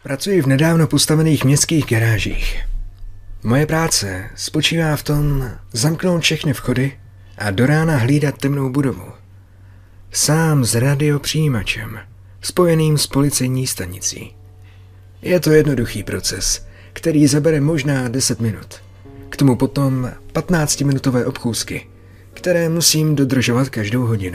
Pracuji v nedávno postavených městských garážích. Moje práce spočívá v tom zamknout všechny vchody a do rána hlídat temnou budovu. Sám s radiopřijímačem, spojeným s policejní stanicí. Je to jednoduchý proces, který zabere možná 10 minut. K tomu potom 15-minutové obchůzky, které musím dodržovat každou hodinu.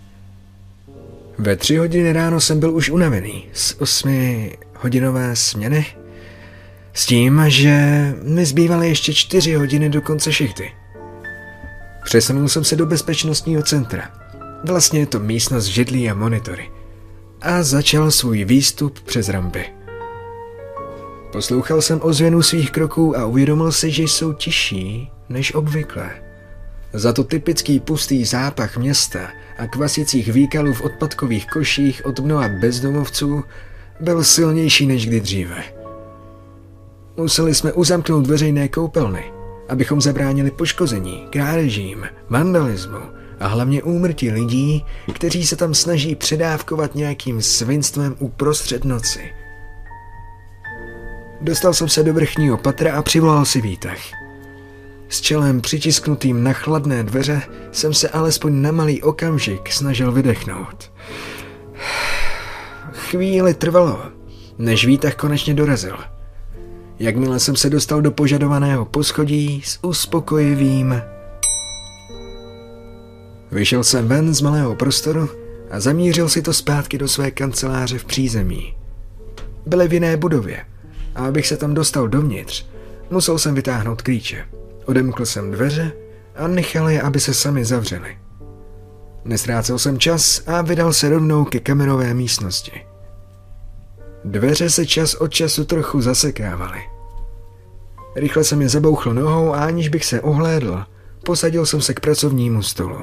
Ve 3 hodiny ráno jsem byl už unavený z 8hodinové směny, s tím, že mi zbývaly ještě 4 hodiny do konce šichty. Přesunul jsem se do bezpečnostního centra. Vlastně je to místnost s židlí a monitory. A začal svůj výstup přes rampy. Poslouchal jsem ozvěnu svých kroků a uvědomil si, že jsou tižší než obvykle. Za to typický pustý zápach města a kvasicích výkalů v odpadkových koších od mnoha bezdomovců byl silnější než kdy dříve. Museli jsme uzamknout veřejné koupelny, abychom zabránili poškození, krádežím, vandalismu a hlavně úmrtí lidí, kteří se tam snaží předávkovat nějakým svinstvem uprostřed noci. Dostal jsem se do vrchního patra a přivolal si výtah. S čelem přitisknutým na chladné dveře jsem se alespoň na malý okamžik snažil vydechnout. Chvíli trvalo, než výtah konečně dorazil. Jakmile jsem se dostal do požadovaného poschodí s uspokojivým... Vyšel jsem ven z malého prostoru a zamířil si to zpátky do své kanceláře v přízemí. Byly v jiné budově a abych se tam dostal dovnitř, musel jsem vytáhnout klíče. Odemkl jsem dveře a nechal je, aby se sami zavřely. Neztrácel jsem čas a vydal se rovnou ke kamerové místnosti. Dveře se čas od času trochu zasekávaly. Rychle jsem je zabouchl nohou a aniž bych se ohlédl, posadil jsem se k pracovnímu stolu.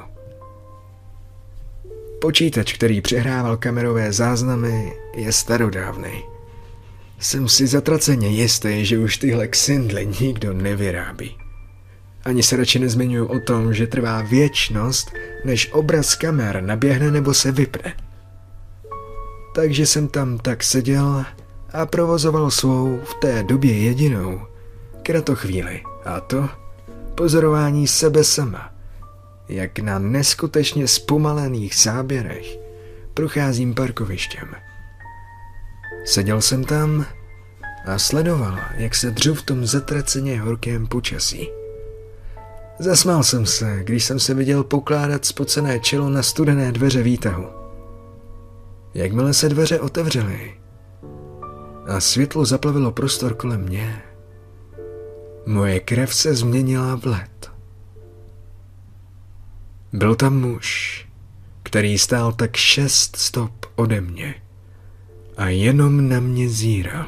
Počítač, který přehrával kamerové záznamy, je starodávnej. Jsem si zatraceně jistý, že už tyhle ksindly nikdo nevyrábí. Ani se radši nezmiňuju o tom, že trvá věčnost, než obraz kamer naběhne nebo se vypne. Takže jsem tam tak seděl a provozoval svou v té době jedinou kratochvíli, a to pozorování sebe sama, jak na neskutečně zpomalených záběrech procházím parkovištěm. Seděl jsem tam a sledoval, jak se dřu v tom zatraceně horkém počasí. Zasmál jsem se, když jsem se viděl pokládat spocené čelo na studené dveře výtahu. Jakmile se dveře otevřely a světlo zaplavilo prostor kolem mě, moje krev se změnila v led. Byl tam muž, který stál tak 6 stop ode mě a jenom na mě zíral.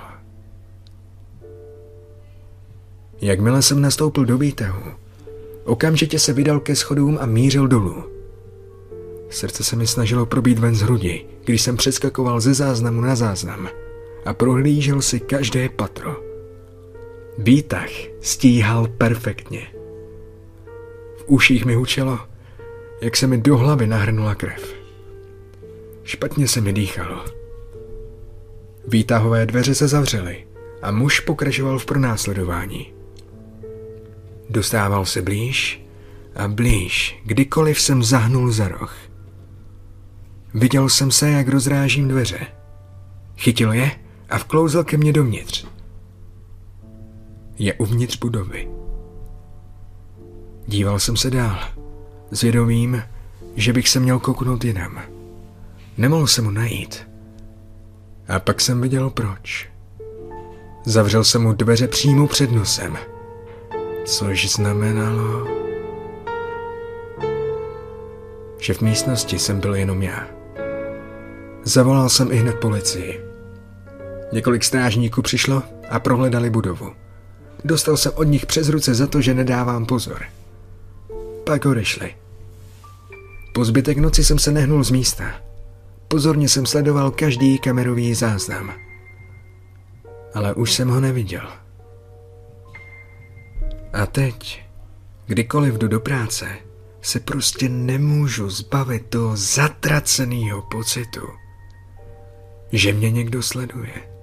Jakmile jsem nastoupil do výtahu, okamžitě se vydal ke schodům a mířil dolů. Srdce se mi snažilo probít ven z hrudi, když jsem přeskakoval ze záznamu na záznam a prohlížel si každé patro. Výtah stíhal perfektně. V uších mi hučelo, jak se mi do hlavy nahrnula krev. Špatně se mi dýchalo. Výtahové dveře se zavřely a muž pokračoval v pronásledování. Dostával se blíž a blíž, kdykoliv jsem zahnul za roh. Viděl jsem se, jak rozrážím dveře. Chytil je a vklouzl ke mně dovnitř. Je uvnitř budovy. Díval jsem se dál, s vědomím, že bych se měl kouknout jinam. Nemohl jsem mu najít. A pak jsem viděl proč. Zavřel jsem mu dveře přímo před nosem. Což znamenalo, že v místnosti jsem byl jenom já. Zavolal jsem ihned policii. Několik strážníků přišlo a prohledali budovu. Dostal jsem od nich přes ruce za to, že nedávám pozor. Pak odešli. Po zbytek noci jsem se nehnul z místa. Pozorně jsem sledoval každý kamerový záznam. Ale už jsem ho neviděl. A teď, kdykoliv jdu do práce, se prostě nemůžu zbavit toho zatraceného pocitu, že mě někdo sleduje.